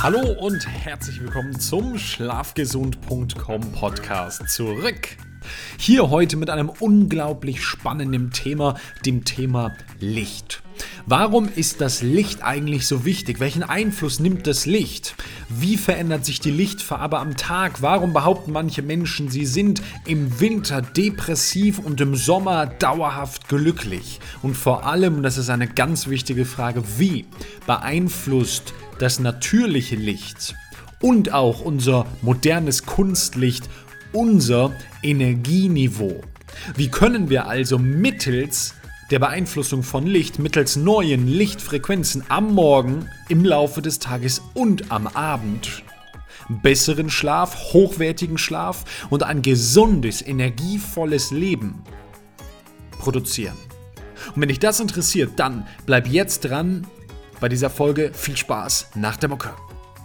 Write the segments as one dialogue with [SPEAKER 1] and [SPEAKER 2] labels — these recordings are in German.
[SPEAKER 1] Hallo und herzlich willkommen zum Schlafgesund.com Podcast zurück. Hier heute mit einem unglaublich spannenden Thema, dem Thema Licht. Warum ist das Licht eigentlich so wichtig? Welchen Einfluss nimmt das Licht? Wie verändert sich die Lichtfarbe am Tag? Warum behaupten manche Menschen, sie sind im Winter depressiv und im Sommer dauerhaft glücklich? Und vor allem, das ist eine ganz wichtige Frage, wie beeinflusst das natürliche Licht und auch unser modernes Kunstlicht unser Energieniveau? Wie können wir also mittels der Beeinflussung von Licht, mittels neuen Lichtfrequenzen am Morgen, im Laufe des Tages und am Abend besseren Schlaf, hochwertigen Schlaf und ein gesundes, energievolles Leben produzieren? Und wenn dich das interessiert, dann bleib jetzt dran bei dieser Folge. Viel Spaß nach der Mucke.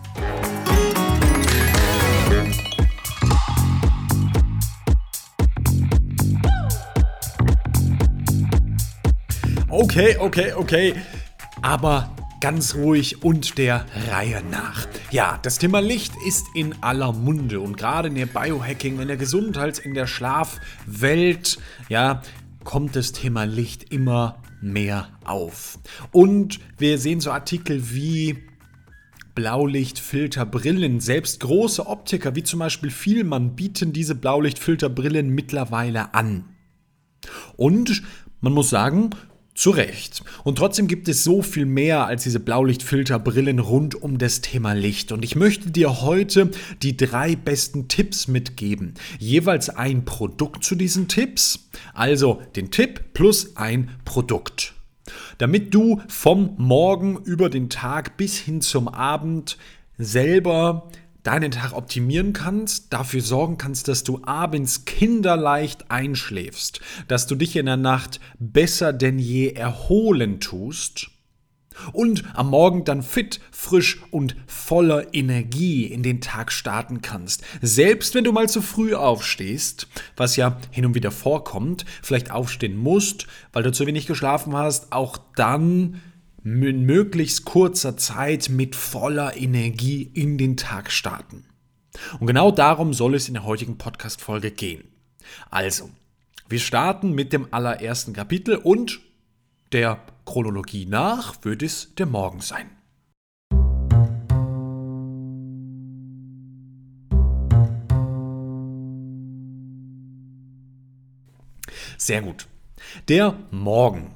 [SPEAKER 1] Okay. Aber ganz ruhig und der Reihe nach. Ja, das Thema Licht ist in aller Munde und gerade in der Biohacking, in der Gesundheits-, in der Schlafwelt, ja, kommt das Thema Licht immer mehr auf. Und wir sehen so Artikel wie Blaulichtfilterbrillen. Selbst große Optiker wie zum Beispiel Fielmann bieten diese Blaulichtfilterbrillen mittlerweile an. Und man muss sagen, zu Recht. Und trotzdem gibt es so viel mehr als diese Blaulichtfilterbrillen rund um das Thema Licht. Und ich möchte dir heute die 3 besten Tipps mitgeben. Jeweils ein Produkt zu diesen Tipps. Also den Tipp plus ein Produkt. Damit du vom Morgen über den Tag bis hin zum Abend selber deinen Tag optimieren kannst, dafür sorgen kannst, dass du abends kinderleicht einschläfst, dass du dich in der Nacht besser denn je erholen tust und am Morgen dann fit, frisch und voller Energie in den Tag starten kannst. Selbst wenn du mal zu früh aufstehst, was ja hin und wieder vorkommt, vielleicht aufstehen musst, weil du zu wenig geschlafen hast, auch dann in möglichst kurzer Zeit mit voller Energie in den Tag starten. Und genau darum soll es in der heutigen Podcast-Folge gehen. Also, wir starten mit dem allerersten Kapitel und der Chronologie nach wird es der Morgen sein. Sehr gut. Der Morgen.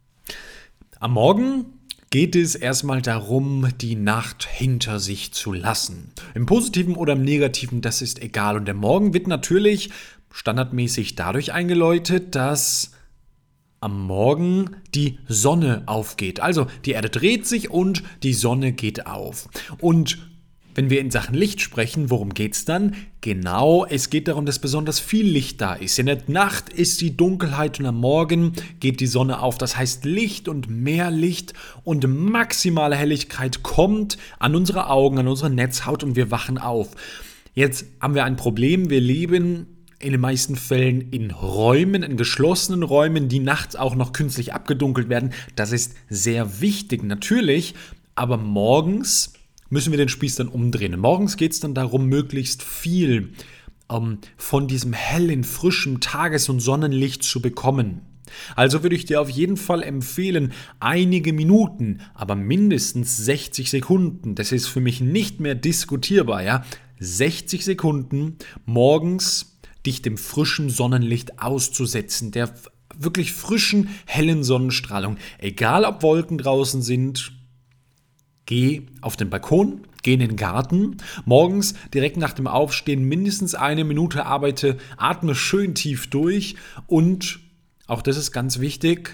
[SPEAKER 1] Am Morgen geht es erstmal darum, die Nacht hinter sich zu lassen. Im Positiven oder im Negativen, das ist egal. Und der Morgen wird natürlich standardmäßig dadurch eingeläutet, dass am Morgen die Sonne aufgeht. Also die Erde dreht sich und die Sonne geht auf. Und wenn wir in Sachen Licht sprechen, worum geht's dann? Genau, es geht darum, dass besonders viel Licht da ist. In der Nacht ist die Dunkelheit und am Morgen geht die Sonne auf. Das heißt, Licht und mehr Licht und maximale Helligkeit kommt an unsere Augen, an unsere Netzhaut und wir wachen auf. Jetzt haben wir ein Problem, wir leben in den meisten Fällen in Räumen, in geschlossenen Räumen, die nachts auch noch künstlich abgedunkelt werden. Das ist sehr wichtig, natürlich, aber morgens müssen wir den Spieß dann umdrehen. Morgens geht es dann darum, möglichst viel von diesem hellen, frischen Tages- und Sonnenlicht zu bekommen. Also würde ich dir auf jeden Fall empfehlen, einige Minuten, aber mindestens 60 Sekunden, das ist für mich nicht mehr diskutierbar, ja, 60 Sekunden morgens dich dem frischen Sonnenlicht auszusetzen, der wirklich frischen, hellen Sonnenstrahlung. Egal, ob Wolken draußen sind, geh auf den Balkon, geh in den Garten, morgens direkt nach dem Aufstehen mindestens 1 Minute atme schön tief durch und, auch das ist ganz wichtig,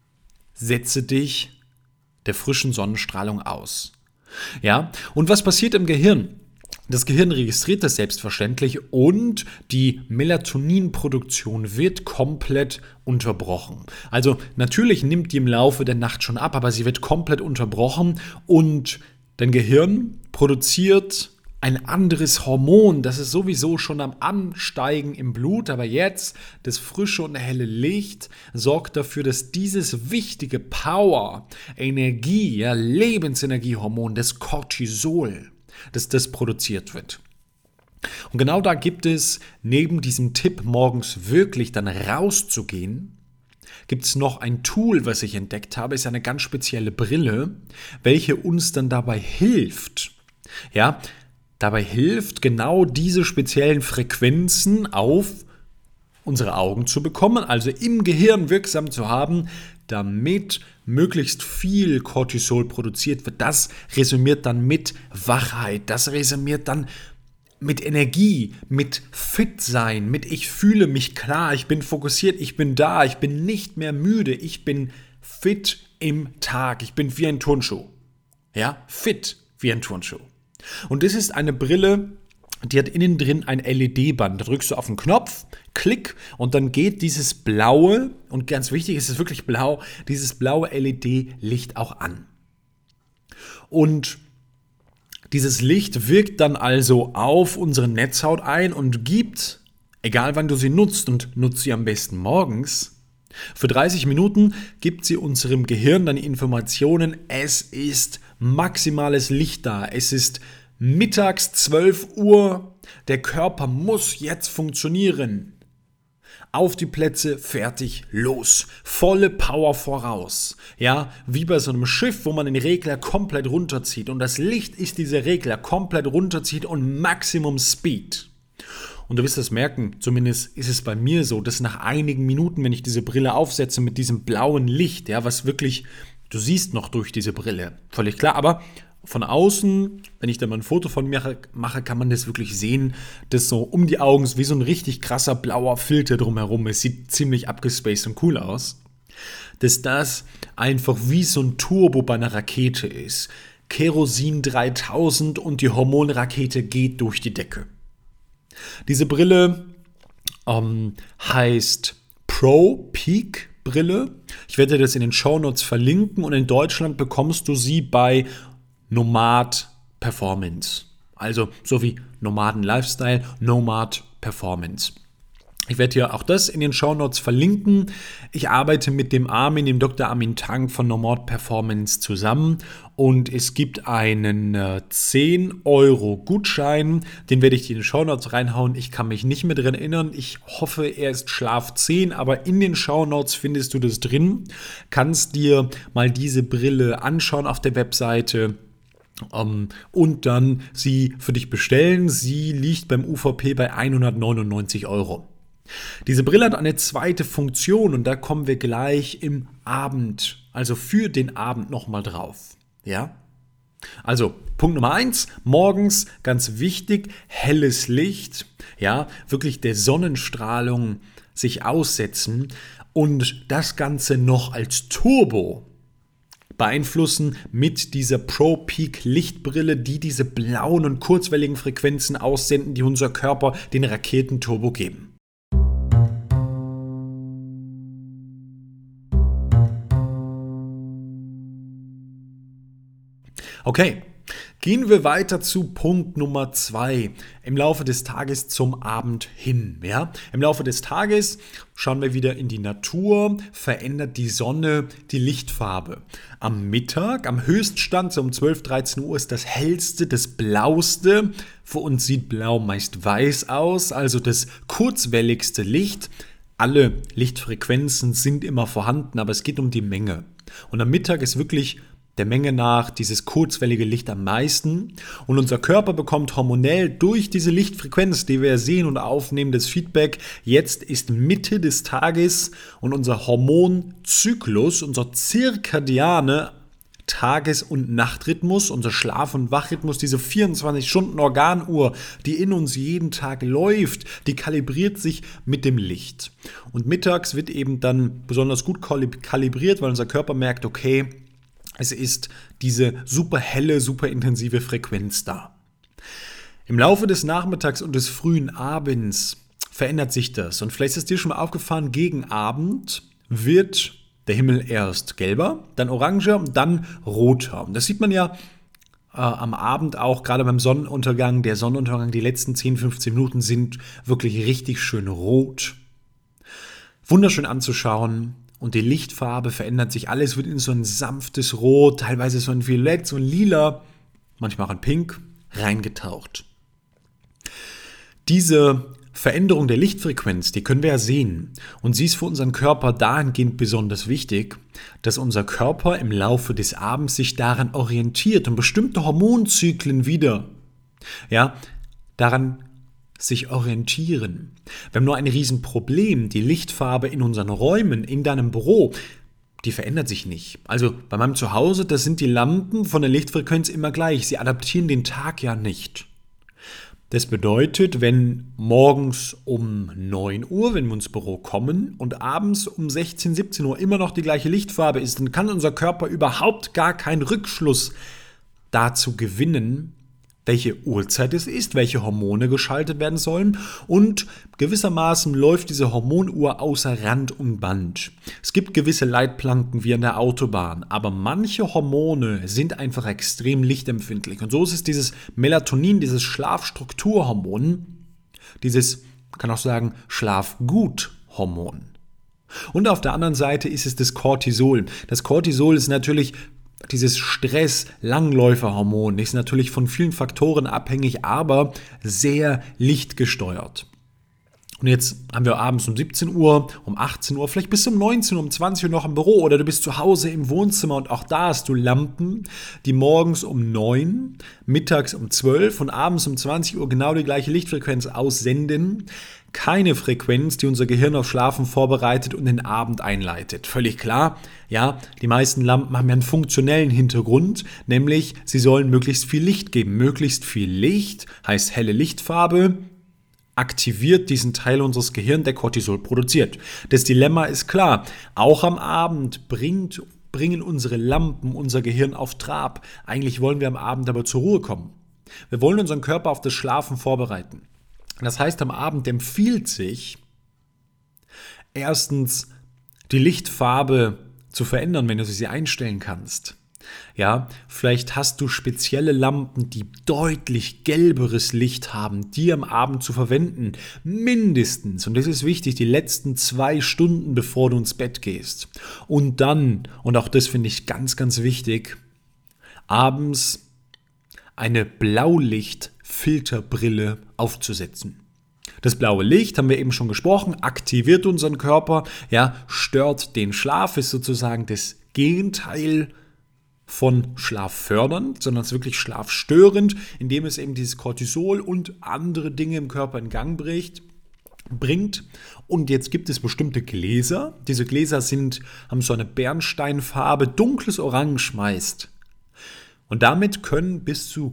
[SPEAKER 1] setze dich der frischen Sonnenstrahlung aus. Ja, und was passiert im Gehirn? Das Gehirn registriert das selbstverständlich und die Melatoninproduktion wird komplett unterbrochen. Also natürlich nimmt die im Laufe der Nacht schon ab, aber sie wird komplett unterbrochen und dein Gehirn produziert ein anderes Hormon, das ist sowieso schon am Ansteigen im Blut, aber jetzt das frische und helle Licht sorgt dafür, dass dieses wichtige Power, Energie, ja, Lebensenergiehormon, das Cortisol, dass das produziert wird. Und genau da gibt es neben diesem Tipp, morgens wirklich dann rauszugehen, gibt es noch ein Tool, was ich entdeckt habe, ist eine ganz spezielle Brille, welche uns dann dabei hilft, genau diese speziellen Frequenzen auf unsere Augen zu bekommen, also im Gehirn wirksam zu haben, damit möglichst viel Cortisol produziert wird. Das resümiert dann mit Wachheit, das resümiert dann mit Energie, mit Fit-Sein, mit ich fühle mich klar, ich bin fokussiert, ich bin da, ich bin nicht mehr müde, ich bin fit im Tag, ich bin wie ein Turnschuh. Ja, fit wie ein Turnschuh. Und das ist eine Brille, die hat innen drin ein LED-Band. Da drückst du auf den Knopf, Klick, und dann geht dieses blaue, und ganz wichtig, es ist wirklich blau, dieses blaue LED-Licht auch an. Und dieses Licht wirkt dann also auf unsere Netzhaut ein und gibt, egal wann du sie nutzt, und nutzt sie am besten morgens, für 30 Minuten gibt sie unserem Gehirn dann Informationen, es ist maximales Licht da, es ist mittags 12 Uhr, der Körper muss jetzt funktionieren. Auf die Plätze, fertig, los. Volle Power voraus. Ja, wie bei so einem Schiff, wo man den Regler komplett runterzieht. Und das Licht ist dieser Regler komplett runterzieht und Maximum Speed. Und du wirst das merken, zumindest ist es bei mir so, dass nach einigen Minuten, wenn ich diese Brille aufsetze mit diesem blauen Licht, ja, was wirklich, du siehst noch durch diese Brille, völlig klar, aber von außen, wenn ich da mal ein Foto von mir mache, kann man das wirklich sehen, dass so um die Augen wie so ein richtig krasser blauer Filter drumherum ist. Sieht ziemlich abgespaced und cool aus. Dass das einfach wie so ein Turbo bei einer Rakete ist. Kerosin 3000 und die Hormonrakete geht durch die Decke. Diese Brille heißt Pro Peak Brille. Ich werde das in den Shownotes verlinken und in Deutschland bekommst du sie bei Nomad Performance. Also so wie Nomaden Lifestyle, Nomad Performance. Ich werde hier auch das in den Shownotes verlinken. Ich arbeite mit dem Dr. Armin Tank von Nomad Performance zusammen und es gibt einen 10 € Gutschein, den werde ich dir in den Shownotes reinhauen. Ich kann mich nicht mehr dran erinnern. Ich hoffe, er ist Schlaf 10, aber in den Shownotes findest du das drin. Kannst dir mal diese Brille anschauen auf der Webseite. Und dann sie für dich bestellen. Sie liegt beim UVP bei 199 €. Diese Brille hat eine zweite Funktion und da kommen wir gleich im Abend, also für den Abend nochmal drauf. Ja? Also Punkt Nummer 1, morgens ganz wichtig, helles Licht, ja, wirklich der Sonnenstrahlung sich aussetzen und das Ganze noch als Turbo beeinflussen mit dieser Pro Peak Lichtbrille, die diese blauen und kurzwelligen Frequenzen aussenden, die unser Körper den Raketenturbo geben. Okay, gehen wir weiter zu Punkt Nummer 2. Im Laufe des Tages zum Abend hin. Ja? Im Laufe des Tages schauen wir wieder in die Natur, verändert die Sonne die Lichtfarbe. Am Mittag, am Höchststand, so um 12, 13 Uhr ist das hellste, das blauste. Für uns sieht blau meist weiß aus, also das kurzwelligste Licht. Alle Lichtfrequenzen sind immer vorhanden, aber es geht um die Menge. Und am Mittag ist wirklich der Menge nach dieses kurzwellige Licht am meisten und unser Körper bekommt hormonell durch diese Lichtfrequenz, die wir sehen und aufnehmen, das Feedback, jetzt ist Mitte des Tages und unser Hormonzyklus, unser zirkadiane Tages- und Nachtrhythmus, unser Schlaf- und Wachrhythmus, diese 24-Stunden-Organuhr, die in uns jeden Tag läuft, die kalibriert sich mit dem Licht. Und mittags wird eben dann besonders gut kalibriert, weil unser Körper merkt, okay, es ist diese super helle, super intensive Frequenz da. Im Laufe des Nachmittags und des frühen Abends verändert sich das. Und vielleicht ist es dir schon mal aufgefallen, gegen Abend wird der Himmel erst gelber, dann oranger und dann roter. Und das sieht man ja am Abend auch, gerade beim Sonnenuntergang. Der Sonnenuntergang, die letzten 10, 15 Minuten sind wirklich richtig schön rot. Wunderschön anzuschauen. Und die Lichtfarbe verändert sich. Alles wird in so ein sanftes Rot, teilweise so ein Violett, so ein Lila, manchmal auch ein Pink. reingetaucht. Diese Veränderung der Lichtfrequenz, die können wir ja sehen. Und sie ist für unseren Körper dahingehend besonders wichtig, dass unser Körper im Laufe des Abends sich daran orientiert und bestimmte Hormonzyklen wieder, daran sich orientieren. Wir haben nur ein Riesenproblem. Die Lichtfarbe in unseren Räumen, in deinem Büro, die verändert sich nicht. Also bei meinem Zuhause, da sind die Lampen von der Lichtfrequenz immer gleich. Sie adaptieren den Tag ja nicht. Das bedeutet, wenn morgens um 9 Uhr, wenn wir ins Büro kommen und abends um 16, 17 Uhr immer noch die gleiche Lichtfarbe ist, dann kann unser Körper überhaupt gar keinen Rückschluss dazu gewinnen, welche Uhrzeit es ist, welche Hormone geschaltet werden sollen und gewissermaßen läuft diese Hormonuhr außer Rand und Band. Es gibt gewisse Leitplanken wie an der Autobahn, aber manche Hormone sind einfach extrem lichtempfindlich und so ist es dieses Melatonin, dieses Schlafstrukturhormon, dieses, kann auch sagen, Schlafguthormon. Und auf der anderen Seite ist es das Cortisol. Das Cortisol ist natürlich dieses Stress-Langläuferhormon, ist natürlich von vielen Faktoren abhängig, aber sehr lichtgesteuert. Und jetzt haben wir abends um 17 Uhr, um 18 Uhr, vielleicht bis um 19 Uhr, um 20 Uhr noch im Büro oder du bist zu Hause im Wohnzimmer und auch da hast du Lampen, die morgens um 9, mittags um 12 und abends um 20 Uhr genau die gleiche Lichtfrequenz aussenden. Keine Frequenz, die unser Gehirn auf Schlafen vorbereitet und den Abend einleitet. Völlig klar, ja, die meisten Lampen haben ja einen funktionellen Hintergrund, nämlich sie sollen möglichst viel Licht geben. Möglichst viel Licht heißt helle Lichtfarbe, aktiviert diesen Teil unseres Gehirns, der Cortisol produziert. Das Dilemma ist klar, auch am Abend bringen unsere Lampen unser Gehirn auf Trab. Eigentlich wollen wir am Abend aber zur Ruhe kommen. Wir wollen unseren Körper auf das Schlafen vorbereiten. Das heißt, am Abend empfiehlt sich, erstens die Lichtfarbe zu verändern, wenn du sie einstellen kannst. Ja, vielleicht hast du spezielle Lampen, die deutlich gelberes Licht haben, die am Abend zu verwenden. Mindestens, und das ist wichtig, die letzten 2 Stunden, bevor du ins Bett gehst. Und dann, und auch das finde ich ganz, ganz wichtig, abends eine Blaulichtfilterbrille aufzusetzen. Das blaue Licht, haben wir eben schon gesprochen, aktiviert unseren Körper, stört den Schlaf, ist sozusagen das Gegenteil von schlaffördernd, sondern es ist wirklich schlafstörend, indem es eben dieses Cortisol und andere Dinge im Körper in Gang bringt. Und jetzt gibt es bestimmte Gläser. Diese Gläser haben so eine Bernsteinfarbe, dunkles Orange meist. Und damit können bis zu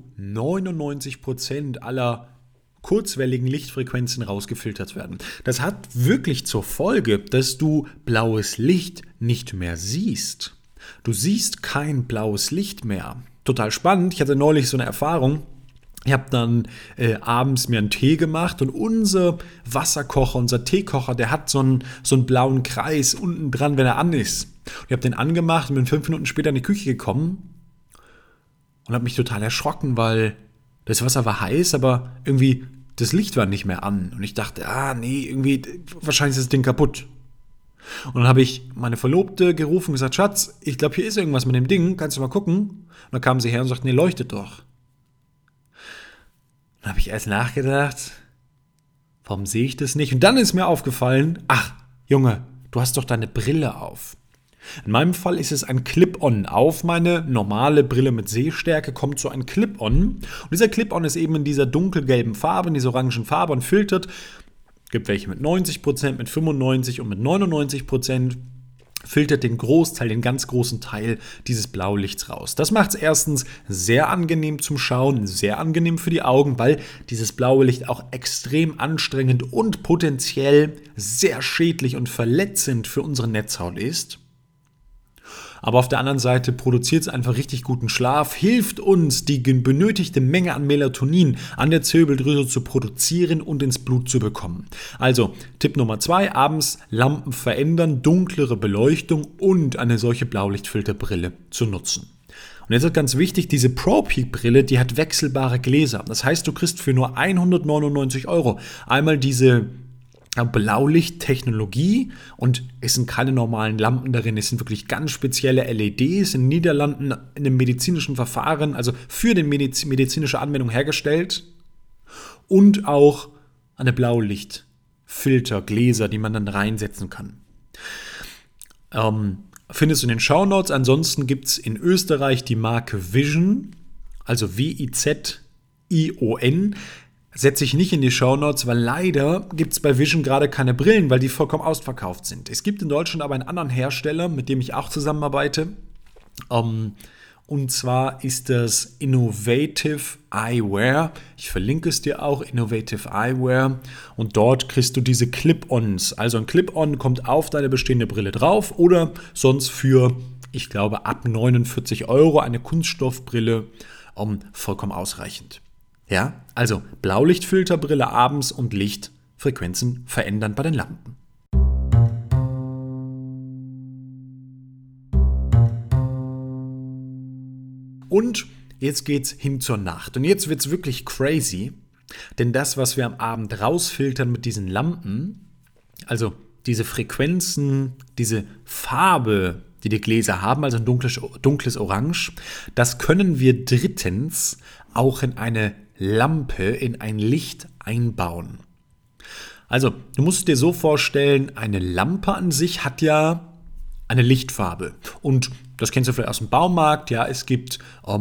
[SPEAKER 1] 99% aller kurzwelligen Lichtfrequenzen rausgefiltert werden. Das hat wirklich zur Folge, dass du blaues Licht nicht mehr siehst. Du siehst kein blaues Licht mehr. Total spannend. Ich hatte neulich so eine Erfahrung. Ich habe dann abends mir einen Tee gemacht und unser Wasserkocher, unser Teekocher, der hat so einen blauen Kreis unten dran, wenn er an ist. Ich habe den angemacht und bin 5 Minuten später in die Küche gekommen und habe mich total erschrocken, weil das Wasser war heiß, aber irgendwie das Licht war nicht mehr an. Und ich dachte, irgendwie, wahrscheinlich ist das Ding kaputt. Und dann habe ich meine Verlobte gerufen und gesagt, Schatz, ich glaube, hier ist irgendwas mit dem Ding, kannst du mal gucken? Und dann kam sie her und sagte, nee, leuchtet doch. Dann habe ich erst nachgedacht, warum sehe ich das nicht? Und dann ist mir aufgefallen, ach, Junge, du hast doch deine Brille auf. In meinem Fall ist es ein Clip-On. Auf meine normale Brille mit Sehstärke kommt so ein Clip-On. Und dieser Clip-On ist eben in dieser dunkelgelben Farbe, in dieser orangen Farbe und filtert. Es gibt welche mit 90%, mit 95% und mit 99%. Filtert den Großteil, den ganz großen Teil dieses Blaulichts raus. Das macht es erstens sehr angenehm zum Schauen, sehr angenehm für die Augen, weil dieses blaue Licht auch extrem anstrengend und potenziell sehr schädlich und verletzend für unsere Netzhaut ist. Aber auf der anderen Seite produziert es einfach richtig guten Schlaf, hilft uns, die benötigte Menge an Melatonin an der Zirbeldrüse zu produzieren und ins Blut zu bekommen. Also Tipp Nummer 2, abends Lampen verändern, dunklere Beleuchtung und eine solche Blaulichtfilterbrille zu nutzen. Und jetzt ist ganz wichtig, diese ProPeak-Brille, die hat wechselbare Gläser. Das heißt, du kriegst für nur 199 € einmal diese Blaulichttechnologie und es sind keine normalen Lampen darin, es sind wirklich ganz spezielle LEDs in den Niederlanden in einem medizinischen Verfahren, also für die medizinische Anwendung hergestellt und auch eine Blaulichtfiltergläser, die man dann reinsetzen kann. Findest du in den Shownotes. Ansonsten gibt es in Österreich die Marke Vision, also Vizion. Setze ich nicht in die Shownotes, weil leider gibt es bei Vision gerade keine Brillen, weil die vollkommen ausverkauft sind. Es gibt in Deutschland aber einen anderen Hersteller, mit dem ich auch zusammenarbeite. Und zwar ist das Innovative Eyewear. Ich verlinke es dir auch, Innovative Eyewear. Und dort kriegst du diese Clip-Ons. Also ein Clip-On kommt auf deine bestehende Brille drauf oder sonst für, ich glaube, ab 49 € eine Kunststoffbrille vollkommen ausreichend. Ja, also Blaulichtfilterbrille abends und Lichtfrequenzen verändern bei den Lampen. Und jetzt geht's hin zur Nacht. Und jetzt wird's wirklich crazy, denn das, was wir am Abend rausfiltern mit diesen Lampen, also diese Frequenzen, diese Farbe, die die Gläser haben, also ein dunkles Orange, das können wir drittens auch in eine Lampe, in ein Licht einbauen. Also, du musst dir so vorstellen, eine Lampe an sich hat ja eine Lichtfarbe. Und das kennst du vielleicht aus dem Baumarkt, ja, es gibt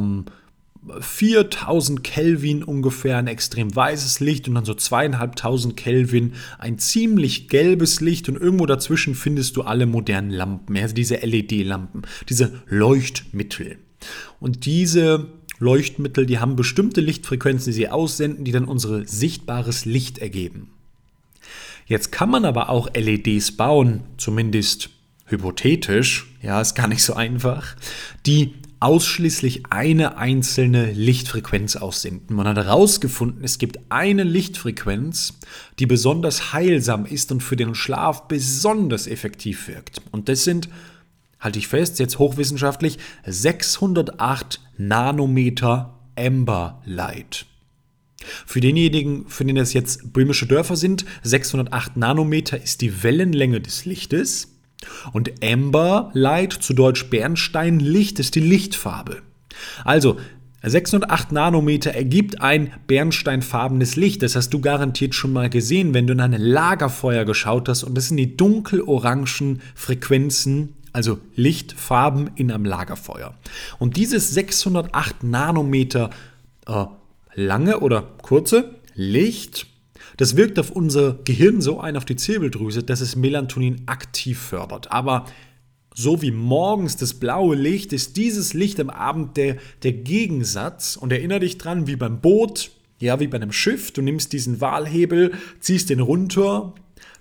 [SPEAKER 1] 4000 Kelvin ungefähr ein extrem weißes Licht und dann so 2500 Kelvin ein ziemlich gelbes Licht und irgendwo dazwischen findest du alle modernen Lampen, also diese LED-Lampen, diese Leuchtmittel. Und diese Leuchtmittel, die haben bestimmte Lichtfrequenzen, die sie aussenden, die dann unser sichtbares Licht ergeben. Jetzt kann man aber auch LEDs bauen, zumindest hypothetisch, ja, ist gar nicht so einfach, die ausschließlich eine einzelne Lichtfrequenz aussenden. Man hat herausgefunden, es gibt eine Lichtfrequenz, die besonders heilsam ist und für den Schlaf besonders effektiv wirkt. Und das sind, halte ich fest, jetzt hochwissenschaftlich, 608 Nanometer Amber Light. Für denjenigen, für den das jetzt böhmische Dörfer sind, 608 Nanometer ist die Wellenlänge des Lichtes und Amber Light, zu Deutsch Bernsteinlicht, ist die Lichtfarbe. Also 608 Nanometer ergibt ein bernsteinfarbenes Licht. Das hast du garantiert schon mal gesehen, wenn du in ein Lagerfeuer geschaut hast und das sind die dunkelorangen Frequenzen, also Lichtfarben in einem Lagerfeuer. Und dieses 608 Nanometer lange oder kurze Licht, das wirkt auf unser Gehirn so ein, auf die Zirbeldrüse, dass es Melatonin aktiv fördert. Aber so wie morgens das blaue Licht, ist dieses Licht am Abend der Gegensatz. Und erinnere dich dran, wie beim Boot, ja, wie bei einem Schiff. Du nimmst diesen Walhebel, ziehst den runter,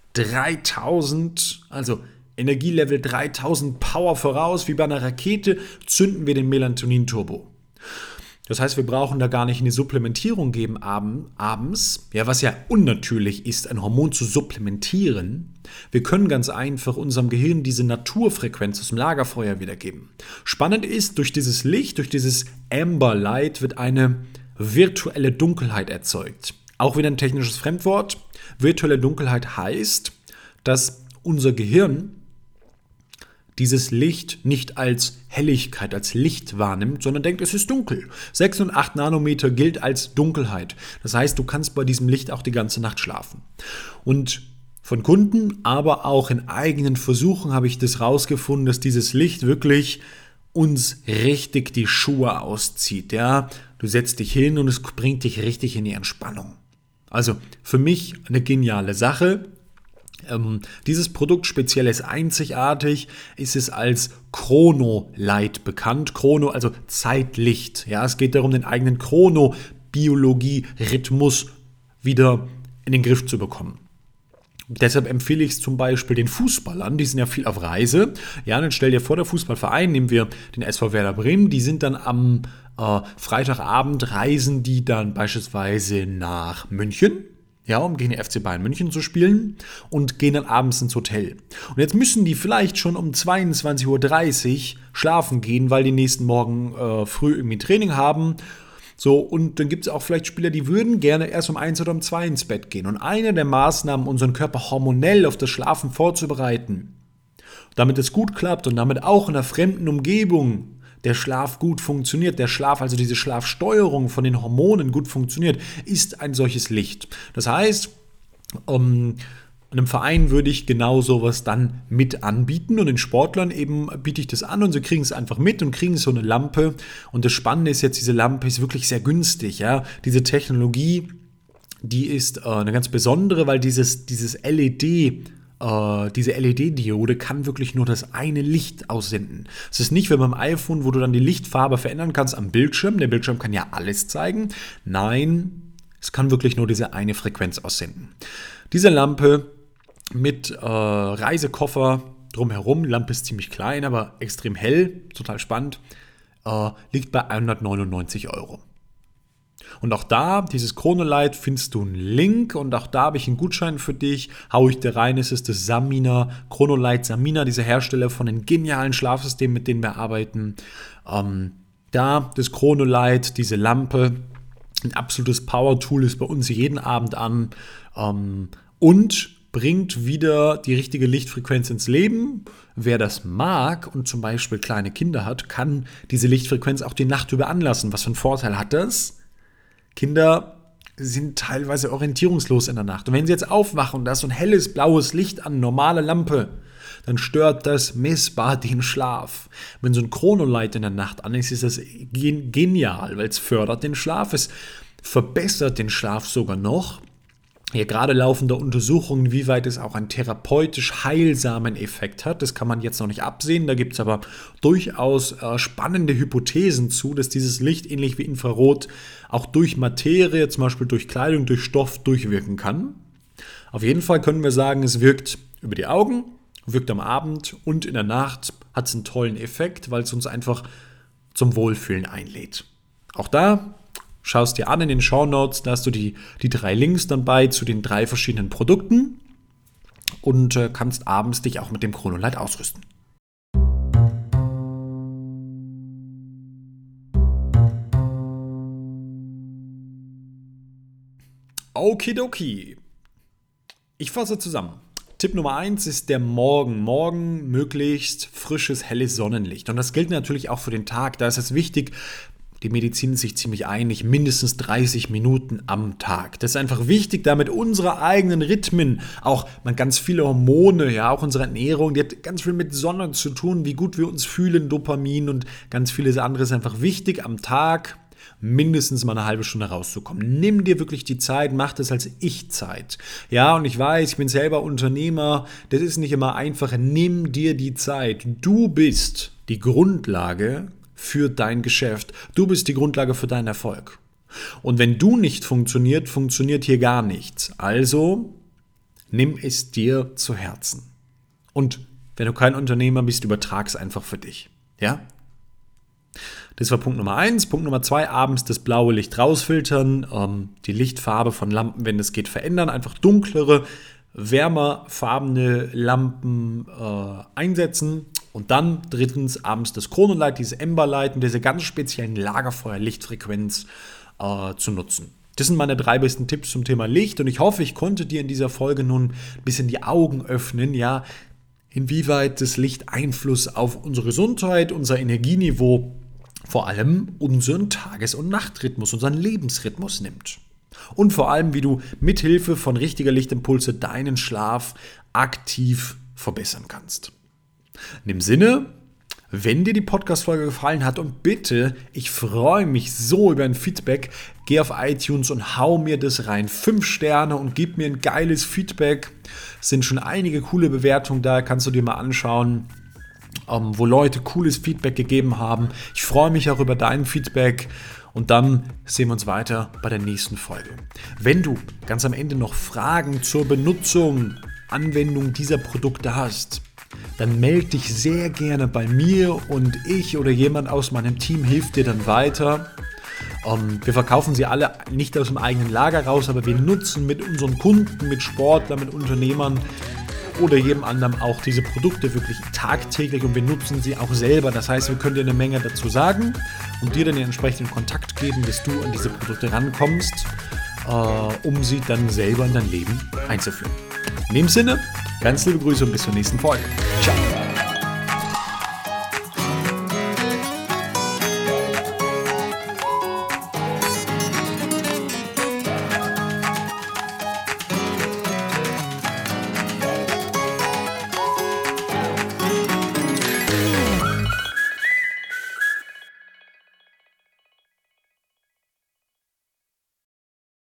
[SPEAKER 1] 3000, also Energielevel 3000 Power voraus, wie bei einer Rakete, zünden wir den Melatonin-Turbo. Das heißt, wir brauchen da gar nicht in die Supplementierung geben abends, ja, was ja unnatürlich ist, ein Hormon zu supplementieren. Wir können ganz einfach unserem Gehirn diese Naturfrequenz aus dem Lagerfeuer wiedergeben. Spannend ist, durch dieses Licht, durch dieses Amber Light wird eine virtuelle Dunkelheit erzeugt. Auch wieder ein technisches Fremdwort. Virtuelle Dunkelheit heißt, dass unser Gehirn dieses Licht nicht als Helligkeit, als Licht wahrnimmt, sondern denkt, es ist dunkel. 6 und 8 Nanometer gilt als Dunkelheit. Das heißt, du kannst bei diesem Licht auch die ganze Nacht schlafen. Und von Kunden, aber auch in eigenen Versuchen habe ich das rausgefunden, dass dieses Licht wirklich uns richtig die Schuhe auszieht. Ja? Du setzt dich hin und es bringt dich richtig in die Entspannung. Also für mich eine geniale Sache. Dieses Produkt speziell ist einzigartig, ist es als Chronolight bekannt. Chrono, also Zeitlicht. Ja, es geht darum, den eigenen Chronobiologie-Rhythmus wieder in den Griff zu bekommen. Deshalb empfehle ich es zum Beispiel den Fußballern, die sind ja viel auf Reise. Ja, dann stell dir vor, der Fußballverein, nehmen wir den SV Werder Bremen, die sind dann am Freitagabend, reisen die dann beispielsweise nach München. Ja, um gegen den FC Bayern München zu spielen und gehen dann abends ins Hotel. Und jetzt müssen die vielleicht schon um 22:30 Uhr schlafen gehen, weil die nächsten Morgen früh irgendwie Training haben. So, und dann gibt es auch vielleicht Spieler, die würden gerne erst um 1 oder um 2 ins Bett gehen. Und eine der Maßnahmen, unseren Körper hormonell auf das Schlafen vorzubereiten, damit es gut klappt und damit auch in einer fremden Umgebung der Schlaf gut funktioniert, der Schlaf, also diese Schlafsteuerung von den Hormonen gut funktioniert, ist ein solches Licht. Das heißt, einem Verein würde ich genau sowas dann mit anbieten und den Sportlern eben biete ich das an und sie kriegen es einfach mit und kriegen so eine Lampe. Und das Spannende ist jetzt, diese Lampe ist wirklich sehr günstig. Ja? Diese Technologie, die ist eine ganz besondere, weil diese LED-Diode kann wirklich nur das eine Licht aussenden. Es ist nicht wie beim iPhone, wo du dann die Lichtfarbe verändern kannst am Bildschirm. Der Bildschirm kann ja alles zeigen. Nein, es kann wirklich nur diese eine Frequenz aussenden. Diese Lampe mit Reisekoffer drumherum, die Lampe ist ziemlich klein, aber extrem hell, total spannend, liegt bei 199 €. Und auch da, dieses Chronolight, findest du einen Link und auch da habe ich einen Gutschein für dich. Hau ich dir rein, es ist das Samina, Chronolight Samina, dieser Hersteller von den genialen Schlafsystemen, mit denen wir arbeiten. Da das Chronolight, diese Lampe, ein absolutes Power-Tool, ist bei uns jeden Abend an und bringt wieder die richtige Lichtfrequenz ins Leben. Wer das mag und zum Beispiel kleine Kinder hat, kann diese Lichtfrequenz auch die Nacht über anlassen. Was für einen Vorteil hat das? Kinder sind teilweise orientierungslos in der Nacht. Und wenn sie jetzt aufwachen und da ist so ein helles blaues Licht an, normale Lampe, dann stört das messbar den Schlaf. Wenn so ein Chronolight in der Nacht an ist, ist das genial, weil es fördert den Schlaf, es verbessert den Schlaf sogar noch. Hier gerade laufende Untersuchungen, wie weit es auch einen therapeutisch heilsamen Effekt hat, das kann man jetzt noch nicht absehen. Da gibt es aber durchaus spannende Hypothesen zu, dass dieses Licht ähnlich wie Infrarot auch durch Materie, zum Beispiel durch Kleidung, durch Stoff durchwirken kann. Auf jeden Fall können wir sagen, es wirkt über die Augen, wirkt am Abend und in der Nacht hat es einen tollen Effekt, weil es uns einfach zum Wohlfühlen einlädt. Auch da schaust dir an in den Shownotes, da hast du die 3 Links dann bei zu den 3 verschiedenen Produkten und kannst abends dich auch mit dem Chronolight ausrüsten. Okidoki. Ich fasse zusammen. Tipp Nummer 1 ist der Morgen. Morgen möglichst frisches, helles Sonnenlicht. Und das gilt natürlich auch für den Tag. Da ist es wichtig, die Medizin ist sich ziemlich einig, mindestens 30 Minuten am Tag. Das ist einfach wichtig, damit unsere eigenen Rhythmen, auch ganz viele Hormone, ja, auch unsere Ernährung, die hat ganz viel mit Sonne zu tun, wie gut wir uns fühlen, Dopamin und ganz vieles andere ist einfach wichtig, am Tag mindestens mal eine halbe Stunde rauszukommen. Nimm dir wirklich die Zeit, mach das als Ich-Zeit. Ja, und ich weiß, ich bin selber Unternehmer, das ist nicht immer einfach. Nimm dir die Zeit. Du bist die Grundlage für dein Geschäft. Du bist die Grundlage für deinen Erfolg. Und wenn du nicht funktioniert, funktioniert hier gar nichts. Also nimm es dir zu Herzen. Und wenn du kein Unternehmer bist, übertrag es einfach für dich. Ja? Das war Punkt Nummer 1. Punkt Nummer 2, abends das blaue Licht rausfiltern, die Lichtfarbe von Lampen, wenn es geht, verändern. Einfach dunklere, wärmerfarbene Lampen einsetzen. Und dann drittens abends das Chronolight, diese Emberlight und diese ganz speziellen Lagerfeuer-Lichtfrequenz zu nutzen. Das sind meine 3 besten Tipps zum Thema Licht und ich hoffe, ich konnte dir in dieser Folge nun ein bisschen die Augen öffnen, ja, inwieweit das Licht Einfluss auf unsere Gesundheit, unser Energieniveau, vor allem unseren Tages- und Nachtrhythmus, unseren Lebensrhythmus nimmt. Und vor allem, wie du mithilfe von richtiger Lichtimpulse deinen Schlaf aktiv verbessern kannst. In dem Sinne, wenn dir die Podcast-Folge gefallen hat und bitte, ich freue mich so über ein Feedback, geh auf iTunes und hau mir das rein. 5 Sterne und gib mir ein geiles Feedback. Es sind schon einige coole Bewertungen da, kannst du dir mal anschauen, wo Leute cooles Feedback gegeben haben. Ich freue mich auch über dein Feedback und dann sehen wir uns weiter bei der nächsten Folge. Wenn du ganz am Ende noch Fragen zur Benutzung, Anwendung dieser Produkte hast, dann melde dich sehr gerne bei mir und ich oder jemand aus meinem Team hilft dir dann weiter. Wir verkaufen sie alle nicht aus dem eigenen Lager raus, aber wir nutzen mit unseren Kunden, mit Sportlern, mit Unternehmern oder jedem anderen auch diese Produkte wirklich tagtäglich und wir nutzen sie auch selber. Das heißt, wir können dir eine Menge dazu sagen und dir dann den entsprechenden Kontakt geben, bis du an diese Produkte rankommst, um sie dann selber in dein Leben einzuführen. In dem Sinne, ganz liebe Grüße und bis zur nächsten Folge. Ciao.